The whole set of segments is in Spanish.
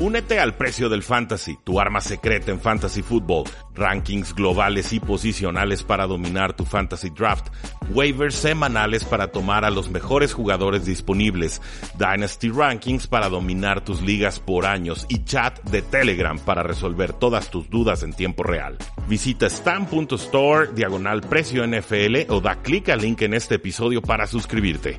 Únete al Precio del Fantasy, tu arma secreta en Fantasy Football. Rankings globales y posicionales para dominar tu Fantasy Draft. Waivers semanales para tomar a los mejores jugadores disponibles. Dynasty Rankings para dominar tus ligas por años. Y chat de Telegram para resolver todas tus dudas en tiempo real. Visita stam.store/precio NFL o da clic al link en este episodio para suscribirte.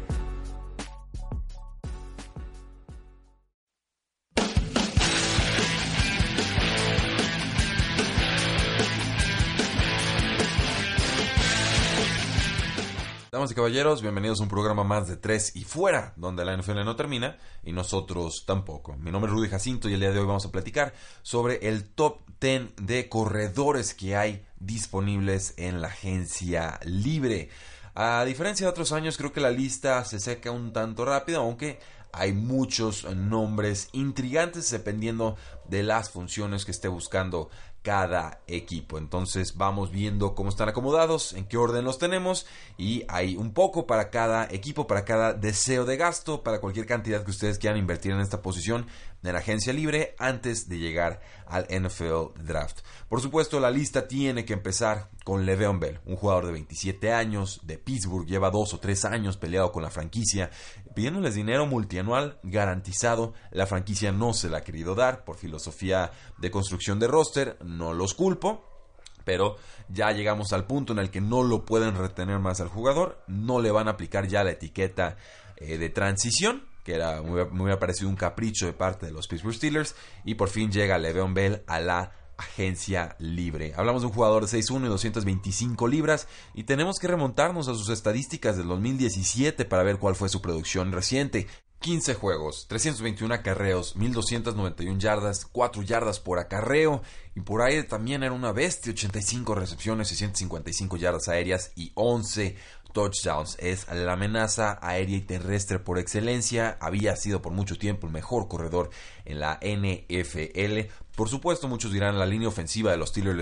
Damas y caballeros, bienvenidos a un programa más de 3 y fuera, donde la NFL no termina y nosotros tampoco. Mi nombre es Rudy Jacinto y el día de hoy vamos a platicar sobre el top 10 de corredores que hay disponibles en la agencia libre. A diferencia de otros años, creo que la lista se seca un tanto rápido, aunque hay muchos nombres intrigantes dependiendo de las funciones que esté buscando cada equipo. Entonces vamos viendo cómo están acomodados, en qué orden los tenemos, y hay un poco para cada equipo, para cada deseo de gasto, para cualquier cantidad que ustedes quieran invertir en esta posición en la agencia libre antes de llegar al NFL Draft. Por supuesto, la lista tiene que empezar con Le'Veon Bell, un jugador de 27 años de Pittsburgh, lleva 2 o 3 años peleado con la franquicia, pidiéndoles dinero multianual garantizado. La franquicia no se la ha querido dar por filosofía de construcción de roster, no los culpo, pero ya llegamos al punto en el que no lo pueden retener más al jugador, no le van a aplicar ya la etiqueta de transición, que me hubiera parecido un capricho de parte de los Pittsburgh Steelers, y por fin llega Le'Veon Bell a la agencia libre. Hablamos de un jugador de 6'1 y 225 libras y tenemos que remontarnos a sus estadísticas del 2017 para ver cuál fue su producción reciente. 15 juegos, 321 acarreos, 1291 yardas, 4 yardas por acarreo, y por aire también era una bestia, 85 recepciones, 655 yardas aéreas y 11 touchdowns. Es la amenaza aérea y terrestre por excelencia. Había sido por mucho tiempo el mejor corredor en la NFL. Por supuesto, muchos dirán, la línea ofensiva de los Steelers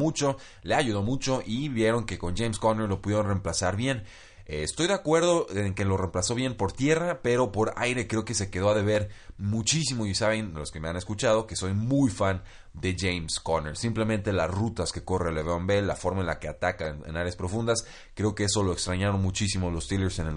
le ayudó mucho y vieron que con James Conner lo pudieron reemplazar bien. Estoy de acuerdo en que lo reemplazó bien por tierra, pero por aire creo que se quedó a deber muchísimo, y saben los que me han escuchado que soy muy fan de James Conner. Simplemente las rutas que corre Le'Veon Bell, la forma en la que ataca en áreas profundas, creo que eso lo extrañaron muchísimo los Steelers en el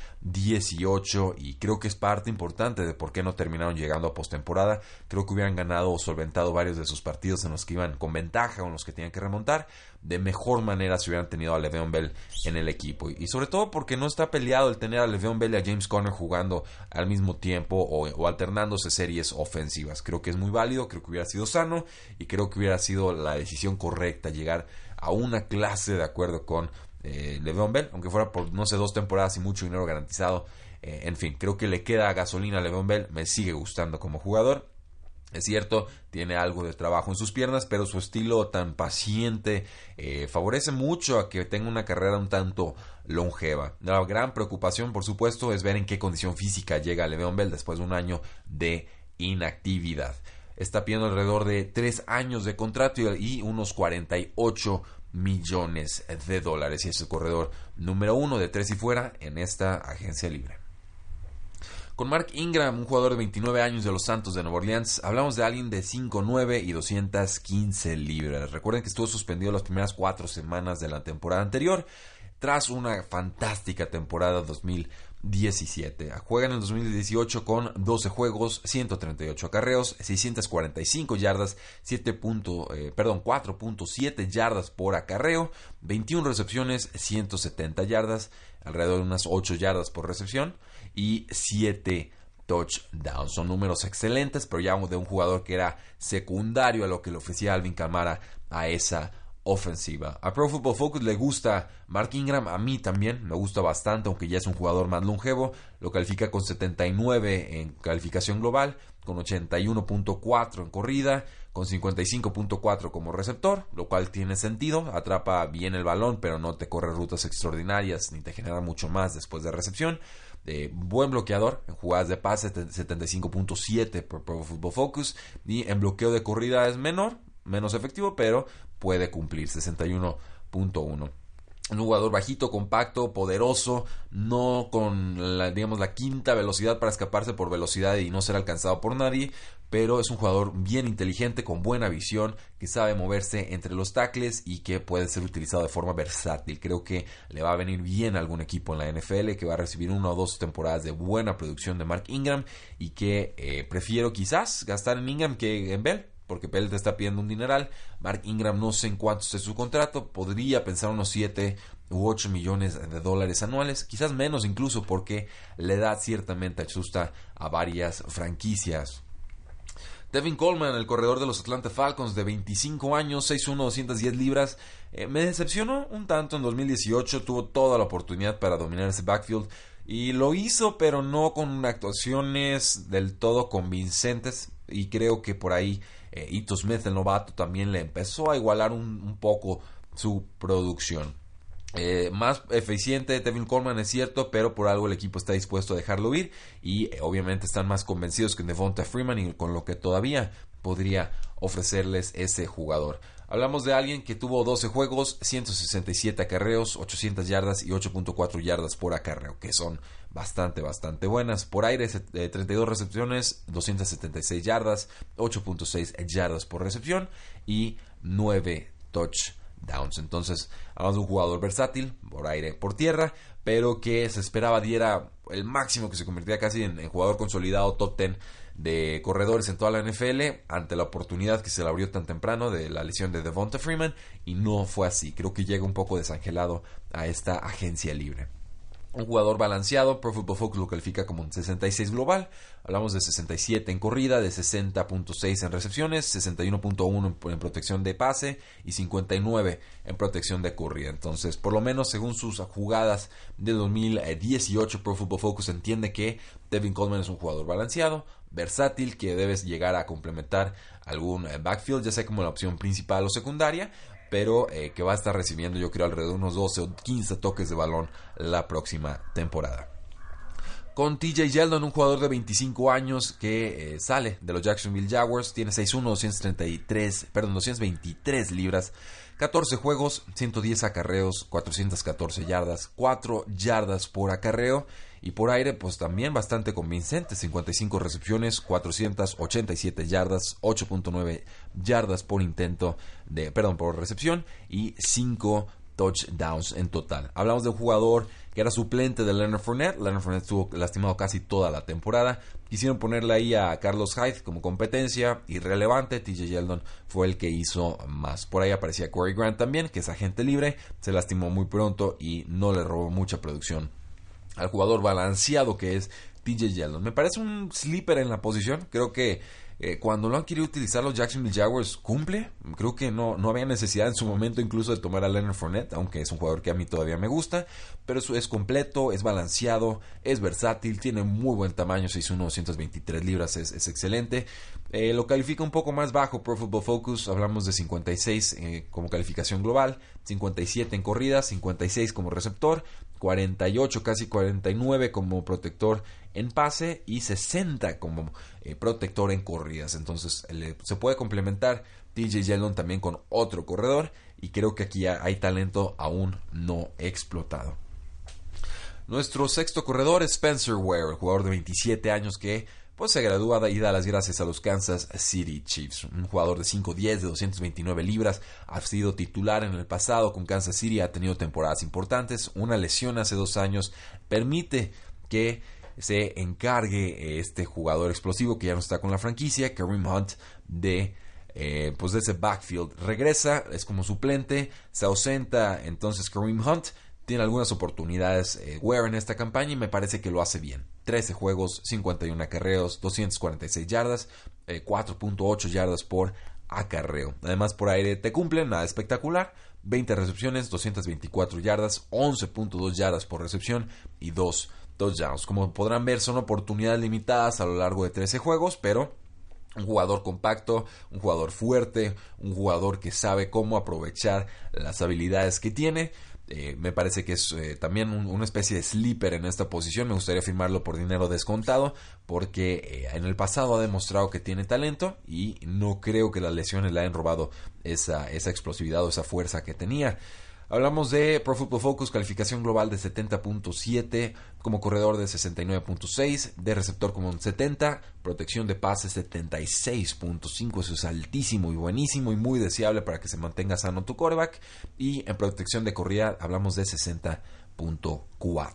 2018 y creo que es parte importante de por qué no terminaron llegando a postemporada. Creo que hubieran ganado o solventado varios de sus partidos en los que iban con ventaja o en los que tenían que remontar de mejor manera si hubieran tenido a Le'Veon Bell en el equipo, y sobre todo porque no está peleado el tener a Le'Veon Bell y a James Conner jugando al mismo tiempo o alternándose series ofensivas. Creo que es muy válido, creo que hubiera sido sano y creo que hubiera sido la decisión correcta llegar a una clase de acuerdo con Le'Veon Bell, aunque fuera por 2 temporadas y mucho dinero garantizado. En fin, creo que le queda gasolina a Le'Veon Bell, me sigue gustando como jugador. Es cierto, tiene algo de trabajo en sus piernas, pero su estilo tan paciente favorece mucho a que tenga una carrera un tanto longeva. La gran preocupación, por supuesto, es ver en qué condición física llega Le'Veon Bell después de un año de inactividad. Está pidiendo alrededor de 3 años de contrato y unos 48 millones de dólares. Y es el corredor número 1 de 3 y fuera en esta agencia libre. Con Mark Ingram, un jugador de 29 años de los Santos de Nueva Orleans, hablamos de alguien de 5'9 y 215 libras. Recuerden que estuvo suspendido las primeras 4 semanas de la temporada anterior, tras una fantástica temporada 2017. Juega en el 2018 con 12 juegos, 138 acarreos, 645 yardas, 4.7 yardas por acarreo, 21 recepciones, 170 yardas, alrededor de unas 8 yardas por recepción, y 7 touchdowns. Son números excelentes, pero ya de un jugador que era secundario a lo que le ofrecía Alvin Kamara a esa ofensiva. A Pro Football Focus le gusta Mark Ingram, a mí también me gusta bastante, aunque ya es un jugador más longevo. Lo califica con 79 en calificación global, con 81.4 en corrida, con 55.4 como receptor, lo cual tiene sentido. Atrapa bien el balón, pero no te corre rutas extraordinarias ni te genera mucho más después de recepción. Buen bloqueador en jugadas de pase, 75.7 por Pro Football Focus, y en bloqueo de corrida es menos efectivo, pero puede cumplir, 61.1. Un jugador bajito, compacto, poderoso, no con la quinta velocidad para escaparse por velocidad y no ser alcanzado por nadie, pero es un jugador bien inteligente, con buena visión, que sabe moverse entre los tackles y que puede ser utilizado de forma versátil. Creo que le va a venir bien a algún equipo en la NFL, que va a recibir 1 o 2 temporadas de buena producción de Mark Ingram, y que prefiero quizás gastar en Ingram que en Bell, porque Bell te está pidiendo un dineral. Mark Ingram no sé en cuánto es su contrato, podría pensar unos 7 u 8 millones de dólares anuales, quizás menos incluso, porque la edad ciertamente asusta a varias franquicias. Tevin Coleman, el corredor de los Atlanta Falcons, de 25 años, 6'1", 210 libras, me decepcionó un tanto en 2018, tuvo toda la oportunidad para dominar ese backfield y lo hizo, pero no con actuaciones del todo convincentes, y creo que por ahí Ito Smith, el novato, también le empezó a igualar un poco su producción. Más eficiente Tevin Coleman, es cierto, pero por algo el equipo está dispuesto a dejarlo ir, y obviamente están más convencidos que Devonta Freeman y con lo que todavía podría ofrecerles ese jugador. Hablamos de alguien que tuvo 12 juegos, 167 acarreos, 800 yardas y 8.4 yardas por acarreo, que son bastante buenas. Por aire, 32 recepciones, 276 yardas, 8.6 yardas por recepción y 9 touchdowns. Entonces, hablamos de un jugador versátil, por aire, por tierra, pero que se esperaba diera el máximo, que se convertía casi en jugador consolidado top 10 de corredores en toda la NFL, ante la oportunidad que se le abrió tan temprano de la lesión de Devonta Freeman, y no fue así. Creo que llega un poco desangelado a esta agencia libre. Un jugador balanceado, Pro Football Focus lo califica como un 66 global. Hablamos de 67 en corrida, de 60.6 en recepciones, 61.1 en protección de pase y 59 en protección de corrida. Entonces, por lo menos según sus jugadas de 2018, Pro Football Focus entiende que Tevin Coleman es un jugador balanceado, versátil, que debes llegar a complementar algún backfield, ya sea como la opción principal o secundaria, pero que va a estar recibiendo, yo creo, alrededor de unos 12 o 15 toques de balón la próxima temporada. Con TJ Yeldon, un jugador de 25 años que sale de los Jacksonville Jaguars, tiene 6'1", 223 libras, 14 juegos, 110 acarreos, 414 yardas, 4 yardas por acarreo, y por aire pues también bastante convincente, 55 recepciones, 487 yardas, 8.9 yardas por por recepción y 5 touchdowns en total. Hablamos de un jugador que era suplente de Leonard Fournette. Leonard Fournette estuvo lastimado casi toda la temporada. Quisieron ponerle ahí a Carlos Hyde como competencia irrelevante. TJ Yeldon fue el que hizo más. Por ahí aparecía Corey Grant también, que es agente libre. Se lastimó muy pronto y no le robó mucha producción al jugador balanceado que es TJ Yeldon. Me parece un sleeper en la posición. Creo que cuando lo han querido utilizar los Jacksonville Jaguars cumple. Creo que no había necesidad en su momento incluso de tomar a Leonard Fournette, aunque es un jugador que a mí todavía me gusta, pero eso es completo, es balanceado, es versátil, tiene muy buen tamaño, 6'1", 223 libras, es excelente. Lo califica un poco más bajo Pro Football Focus, hablamos de 56 como calificación global, 57 en corridas, 56 como receptor, 48, casi 49 como protector en pase y 60 como protector en corridas. Entonces se puede complementar TJ Yeldon también con otro corredor, y creo que aquí hay talento aún no explotado. Nuestro sexto corredor es Spencer Ware, el jugador de 27 años que pues se gradúa y da las gracias a los Kansas City Chiefs. Un jugador de 5'10", de 229 libras, ha sido titular en el pasado con Kansas City, ha tenido temporadas importantes. Una lesión hace 2 años permite que se encargue este jugador explosivo que ya no está con la franquicia, Kareem Hunt, de ese backfield. Regresa, es como suplente, se ausenta entonces Kareem Hunt. Tiene algunas oportunidades Ware en esta campaña y me parece que lo hace bien. 13 juegos, 51 acarreos, 246 yardas, 4.8 yardas por acarreo. Además, por aire te cumple, nada espectacular. 20 recepciones, 224 yardas, 11.2 yardas por recepción y 2 touchdowns. Como podrán ver, son oportunidades limitadas a lo largo de 13 juegos, pero un jugador compacto, un jugador fuerte, un jugador que sabe cómo aprovechar las habilidades que tiene. Me parece que es también una especie de sleeper en esta posición. Me gustaría firmarlo por dinero descontado, porque en el pasado ha demostrado que tiene talento y no creo que las lesiones le hayan robado esa explosividad o esa fuerza que tenía. Hablamos de Pro Football Focus, calificación global de 70.7, como corredor de 69.6, de receptor como un 70, protección de pase 76.5, eso es altísimo y buenísimo y muy deseable para que se mantenga sano tu quarterback. Y en protección de corrida hablamos de 60.4.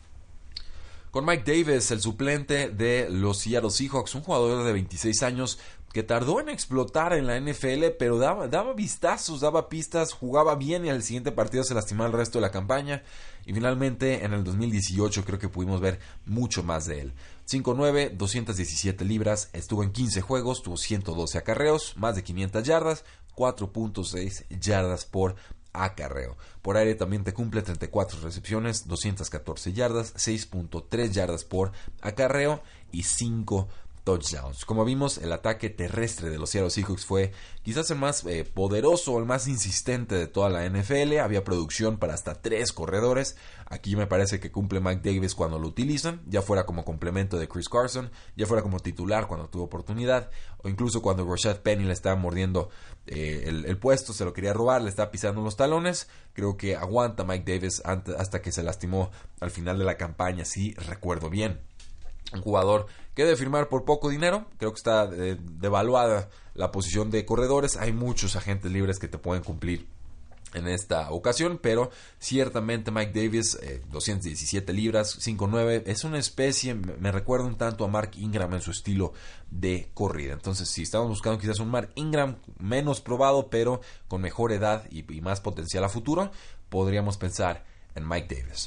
Con Mike Davis, el suplente de los Seattle Seahawks, un jugador de 26 años que tardó en explotar en la NFL, pero daba vistazos, daba pistas, jugaba bien y al siguiente partido se lastimó el resto de la campaña. Y finalmente en el 2018 creo que pudimos ver mucho más de él. 5'9", 217 libras, estuvo en 15 juegos, tuvo 112 acarreos, más de 500 yardas, 4.6 yardas por acarreo. Por aire también te cumple 34 recepciones, 214 yardas, 6.3 yardas por acarreo y 5 touchdowns. Como vimos, el ataque terrestre de los Seattle Seahawks fue quizás el más poderoso, el más insistente de toda la NFL. Había producción para hasta 3 corredores. Aquí me parece que cumple Mike Davis cuando lo utilizan, ya fuera como complemento de Chris Carson, ya fuera como titular cuando tuvo oportunidad, o incluso cuando Rashad Penny le estaba mordiendo el puesto, se lo quería robar, le estaba pisando los talones. Creo que aguanta Mike Davis hasta que se lastimó al final de la campaña, si recuerdo bien. Un jugador que debe firmar por poco dinero. Creo que está devaluada la posición de corredores. Hay muchos agentes libres que te pueden cumplir en esta ocasión, pero ciertamente Mike Davis, 217 libras, 5'9", es una especie, me recuerda un tanto a Mark Ingram en su estilo de corrida. Entonces, si estamos buscando quizás un Mark Ingram menos probado, pero con mejor edad y más potencial a futuro, podríamos pensar en Mike Davis.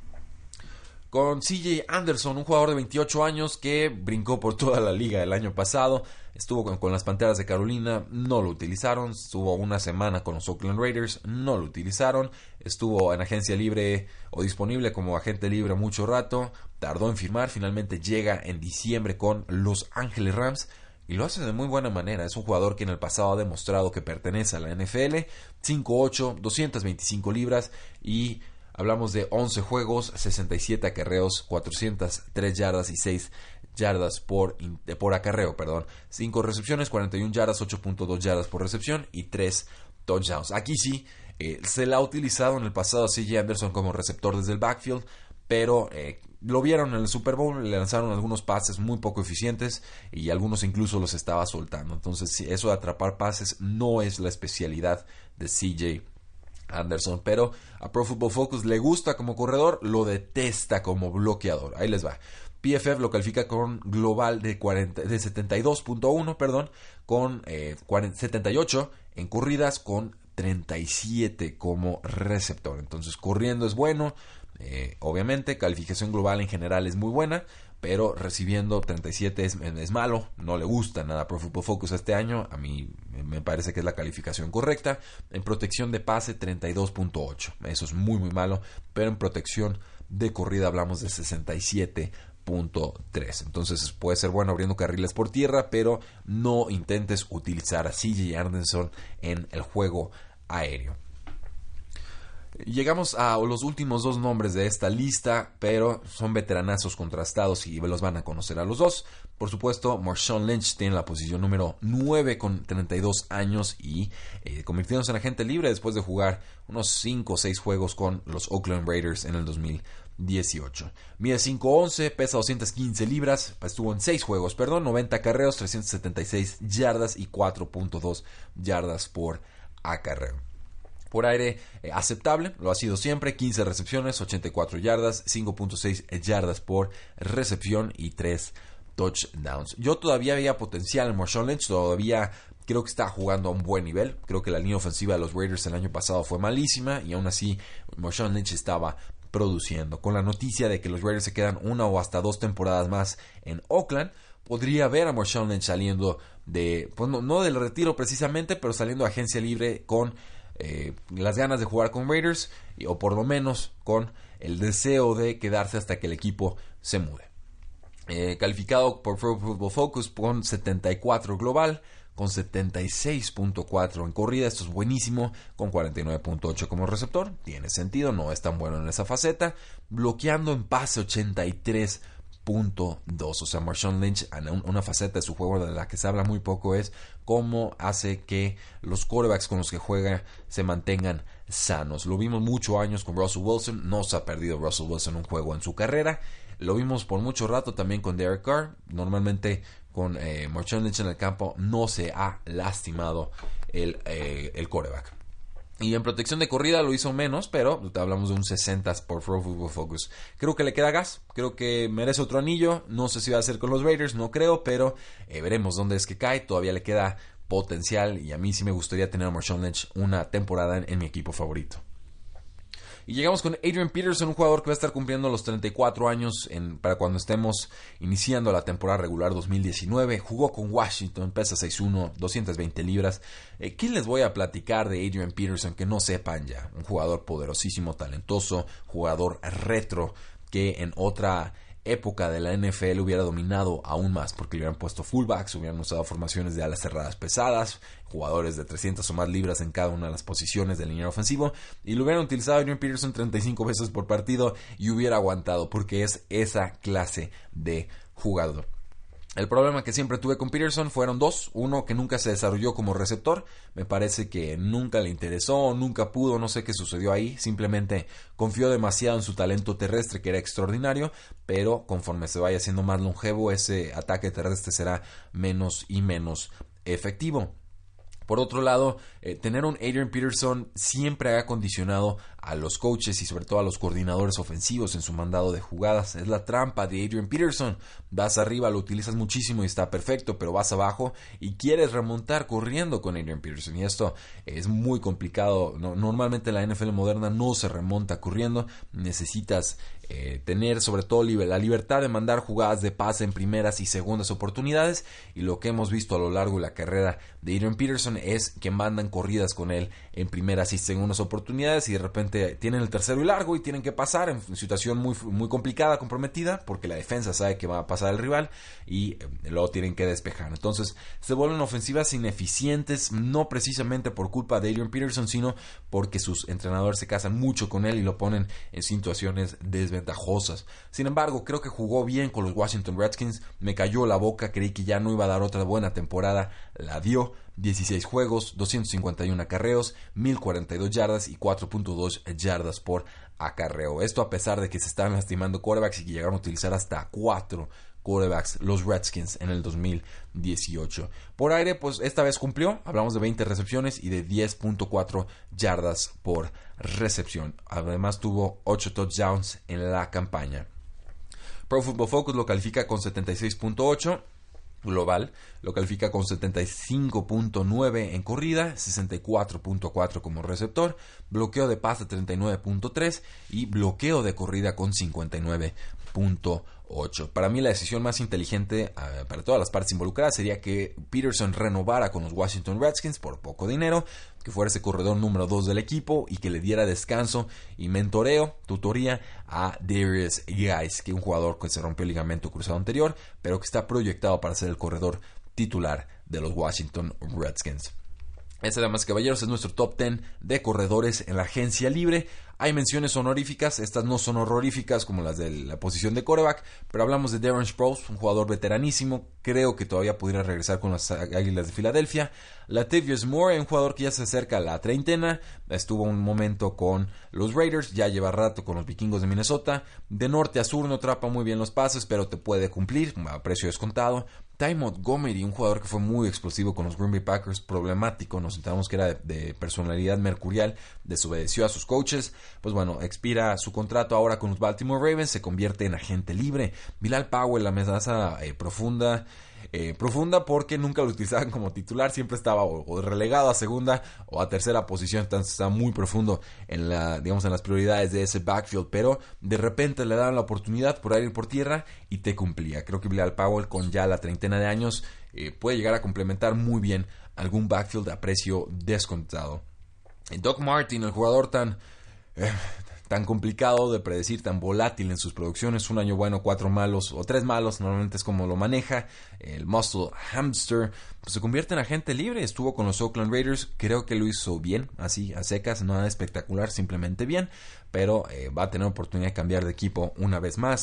Con CJ Anderson, un jugador de 28 años que brincó por toda la liga el año pasado. Estuvo con las Panteras de Carolina, no lo utilizaron. Estuvo una semana con los Oakland Raiders, no lo utilizaron. Estuvo en agencia libre o disponible como agente libre mucho rato. Tardó en firmar, finalmente llega en diciembre con Los Ángeles Rams. Y lo hace de muy buena manera. Es un jugador que en el pasado ha demostrado que pertenece a la NFL. 5'8", 225 libras y... hablamos de 11 juegos, 67 acarreos, 403 yardas y 6 yardas por acarreo, 5 recepciones, 41 yardas, 8.2 yardas por recepción y 3 touchdowns. Aquí sí, se la ha utilizado en el pasado a CJ Anderson como receptor desde el backfield, pero lo vieron en el Super Bowl, le lanzaron algunos pases muy poco eficientes y algunos incluso los estaba soltando. Entonces, eso de atrapar pases no es la especialidad de CJ Anderson, pero a Pro Football Focus le gusta como corredor, lo detesta como bloqueador. Ahí les va. PFF lo califica con global de 72.1, con 78 en corridas, con 37 como receptor. Entonces, corriendo es bueno, obviamente, calificación global en general es muy buena, pero recibiendo 37 es malo, no le gusta nada Pro Football Focus este año. A mí me parece que es la calificación correcta. En protección de pase 32.8, eso es muy muy malo, pero en protección de corrida hablamos de 67.3. Entonces puede ser bueno abriendo carriles por tierra, pero no intentes utilizar a CJ Anderson en el juego aéreo. Llegamos a los últimos 2 nombres de esta lista, pero son veteranazos contrastados y los van a conocer a los dos. Por supuesto, Marshawn Lynch tiene la posición número 9 con 32 años y convirtiéndose en agente libre después de jugar unos 5 o 6 juegos con los Oakland Raiders en el 2018. Mide 5'11", pesa 215 libras, estuvo en 6 juegos, 90 acarreos, 376 yardas y 4.2 yardas por acarreo. Por aire, aceptable, lo ha sido siempre, 15 recepciones, 84 yardas, 5.6 yardas por recepción y 3 touchdowns. Yo todavía veía potencial en Marshawn Lynch, todavía creo que está jugando a un buen nivel. Creo que la línea ofensiva de los Raiders el año pasado fue malísima y aún así Marshawn Lynch estaba produciendo. Con la noticia de que los Raiders se quedan 1 o hasta 2 temporadas más en Oakland, podría ver a Marshawn Lynch saliendo de, pues no del retiro precisamente, pero saliendo de agencia libre con las ganas de jugar con Raiders o por lo menos con el deseo de quedarse hasta que el equipo se mude. Calificado por Pro Football Focus con 74 global, con 76.4 en corrida, esto es buenísimo, con 49.8 como receptor, tiene sentido, no es tan bueno en esa faceta, bloqueando en pase 83%, O sea, Marshawn Lynch, una faceta de su juego de la que se habla muy poco es cómo hace que los quarterbacks con los que juega se mantengan sanos. Lo vimos muchos años con Russell Wilson, no se ha perdido Russell Wilson un juego en su carrera. Lo vimos por mucho rato también con Derek Carr. Normalmente con Marshawn Lynch en el campo no se ha lastimado el quarterback. Y en protección de corrida lo hizo menos, pero hablamos de un 60 por Pro Football Focus. Creo que le queda gas, creo que merece otro anillo. No sé si va a ser con los Raiders, no creo, pero veremos dónde es que cae. Todavía le queda potencial y a mí sí me gustaría tener a Marshawn Lynch una temporada en mi equipo favorito. Y llegamos con Adrian Peterson, un jugador que va a estar cumpliendo los 34 años para cuando estemos iniciando la temporada regular 2019. Jugó con Washington, pesa 6'1", 220 libras. ¿Qué les voy a platicar de Adrian Peterson que no sepan ya? Un jugador poderosísimo, talentoso, jugador retro que en otra época de la NFL hubiera dominado aún más porque le hubieran puesto fullbacks, hubieran usado formaciones de alas cerradas pesadas, jugadores de 300 o más libras en cada una de las posiciones del liniero ofensivo, y lo hubieran utilizado a Adrian Peterson 35 veces por partido y hubiera aguantado porque es esa clase de jugador. El problema que siempre tuve con Peterson fueron dos. Uno, que nunca se desarrolló como receptor. Me parece que nunca le interesó, nunca pudo, no sé qué sucedió ahí. Simplemente confió demasiado en su talento terrestre, que era extraordinario, pero conforme se vaya haciendo más longevo, ese ataque terrestre será menos y menos efectivo. Por otro lado, tener un Adrian Peterson siempre ha condicionado a los coaches y sobre todo a los coordinadores ofensivos en su mandado de jugadas. Es la trampa de Adrian Peterson. Vas arriba, lo utilizas muchísimo y está perfecto, pero vas abajo y quieres remontar corriendo con Adrian Peterson. Y esto es muy complicado. Normalmente la NFL moderna no se remonta corriendo. Necesitas tener sobre todo la libertad de mandar jugadas de pase en primeras y segundas oportunidades, y lo que hemos visto a lo largo de la carrera de Adrian Peterson es que mandan corridas con él en primeras y segundas oportunidades y de repente tienen el tercero y largo y tienen que pasar en situación muy, muy complicada, comprometida, porque la defensa sabe que va a pasar el rival y luego tienen que despejar. Entonces se vuelven ofensivas ineficientes, no precisamente por culpa de Adrian Peterson, sino porque sus entrenadores se casan mucho con él y lo ponen en situaciones desventajosas. Sin embargo, creo que jugó bien con los Washington Redskins, me cayó la boca, creí que ya no iba a dar otra buena temporada, la dio. 16 juegos, 251 acarreos, 1042 yardas y 4.2 yardas por acarreo. Esto a pesar de que se estaban lastimando quarterbacks y que llegaron a utilizar hasta 4 quarterbacks los Redskins en el 2018. Por aire, pues esta vez cumplió. Hablamos de 20 recepciones y de 10.4 yardas por recepción. Además tuvo 8 touchdowns en la campaña. Pro Football Focus lo califica con 76.8. Global lo califica con 75.9 en corrida, 64.4 como receptor, bloqueo de pase 39.3 y bloqueo de corrida con 59.8. Para mí la decisión más inteligente para todas las partes involucradas sería que Peterson renovara con los Washington Redskins por poco dinero, que fuera ese corredor número 2 del equipo y que le diera descanso y tutoría a Darius Guice, que es un jugador que se rompió el ligamento cruzado anterior, pero que está proyectado para ser el corredor titular de los Washington Redskins. Ese, damas y caballeros, es nuestro top 10 de corredores en la agencia libre. Hay menciones honoríficas, estas no son horroríficas como las de la posición de quarterback, pero hablamos de Darren Sproles, un jugador veteranísimo, creo que todavía pudiera regresar con las Águilas de Filadelfia. Latavius Murray, un jugador que ya se acerca a la treintena, estuvo un momento con los Raiders, ya lleva rato con los Vikingos de Minnesota. De norte a sur no atrapa muy bien los pases, pero te puede cumplir a precio descontado. Ty Montgomery, un jugador que fue muy explosivo con los Green Bay Packers, problemático, nos enteramos que era de personalidad mercurial, desobedeció a sus coaches. Pues bueno, expira su contrato ahora con los Baltimore Ravens, se convierte en agente libre. Bilal Powell, la amenaza profunda porque nunca lo utilizaban como titular, siempre estaba o relegado a segunda o a tercera posición, entonces está muy profundo en las prioridades de ese backfield, pero de repente le daban la oportunidad por aire y por tierra y te cumplía. Creo que Bilal Powell, con ya la treintena de años, puede llegar a complementar muy bien algún backfield a precio descontado. Doug Martin, el jugador tan complicado de predecir, tan volátil en sus producciones, un año bueno, 4 malos o 3 malos, normalmente es como lo maneja, el muscle hamster, pues se convierte en agente libre. Estuvo con los Oakland Raiders, creo que lo hizo bien, así a secas, nada espectacular, simplemente bien, pero va a tener oportunidad de cambiar de equipo una vez más.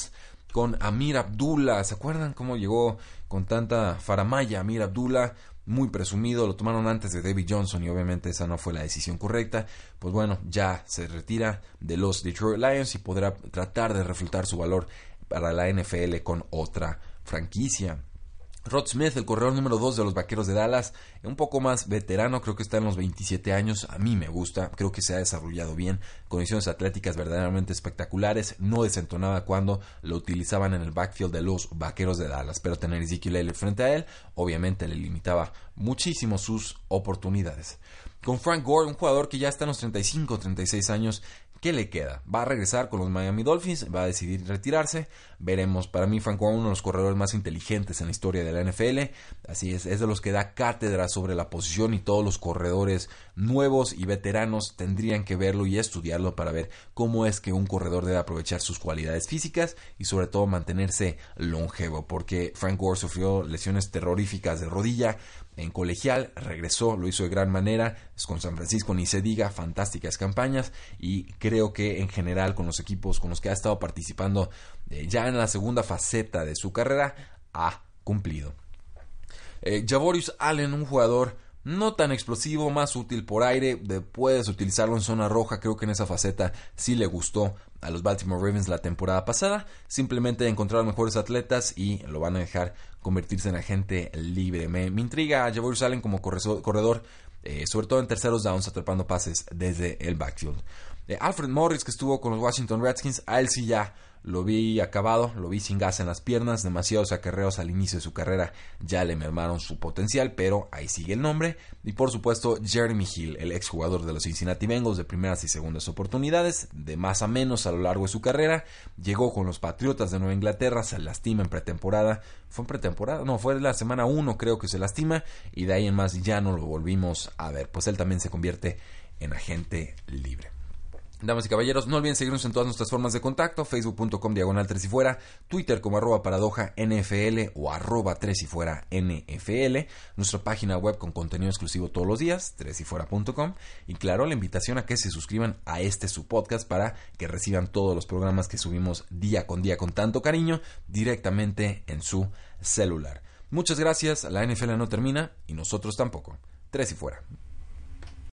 con Amir Abdullah. ¿Se acuerdan cómo llegó con tanta faramaya Amir Abdullah? Muy presumido, lo tomaron antes de David Johnson y obviamente esa no fue la decisión correcta. Pues bueno, ya se retira de los Detroit Lions y podrá tratar de reflotar su valor para la NFL con otra franquicia. Rod Smith, el corredor número 2 de los Vaqueros de Dallas, un poco más veterano, creo que está en los 27 años, a mí me gusta, creo que se ha desarrollado bien, condiciones atléticas verdaderamente espectaculares, no desentonaba cuando lo utilizaban en el backfield de los Vaqueros de Dallas, pero tener Ezekiel Elliott frente a él, obviamente le limitaba muchísimo sus oportunidades. Con Frank Gore, un jugador que ya está en los 35, 36 años, ¿qué le queda? ¿Va a regresar con los Miami Dolphins? ¿Va a decidir retirarse? Veremos. Para mí, Frank Gore, uno de los corredores más inteligentes en la historia de la NFL. Así es de los que da cátedra sobre la posición y todos los corredores nuevos y veteranos tendrían que verlo y estudiarlo para ver cómo es que un corredor debe aprovechar sus cualidades físicas y sobre todo mantenerse longevo, porque Frank Gore sufrió lesiones terroríficas de rodilla en colegial, regresó, lo hizo de gran manera, es con San Francisco, ni se diga, fantásticas campañas y creo que en general con los equipos con los que ha estado participando ya en la segunda faceta de su carrera ha cumplido. Javorius Allen, un jugador no tan explosivo, más útil por aire, puedes utilizarlo en zona roja, creo que en esa faceta sí le gustó a los Baltimore Ravens la temporada pasada, simplemente encontraron mejores atletas y lo van a dejar convertirse en agente libre. Me intriga a Javorius Allen como corredor, sobre todo en terceros downs, atrapando pases desde el backfield. Alfred Morris, que estuvo con los Washington Redskins, a él sí ya lo vi acabado, lo vi sin gas en las piernas, demasiados acarreos al inicio de su carrera ya le mermaron su potencial, pero ahí sigue el nombre. Y por supuesto Jeremy Hill, el exjugador de los Cincinnati Bengals de primeras y segundas oportunidades, de más a menos a lo largo de su carrera, llegó con los Patriotas de Nueva Inglaterra, se lastima en pretemporada, fue la semana 1 creo que se lastima, y de ahí en más ya no lo volvimos a ver, pues él también se convierte en agente libre. Damas y caballeros, no olviden seguirnos en todas nuestras formas de contacto, facebook.com/3 y fuera, Twitter como @paradoja_NFL o @3 y fuera NFL, nuestra página web con contenido exclusivo todos los días, 3yfuera.com, y claro, la invitación a que se suscriban a su podcast para que reciban todos los programas que subimos día con día con tanto cariño directamente en su celular. Muchas gracias, la NFL no termina y nosotros tampoco. 3 y fuera.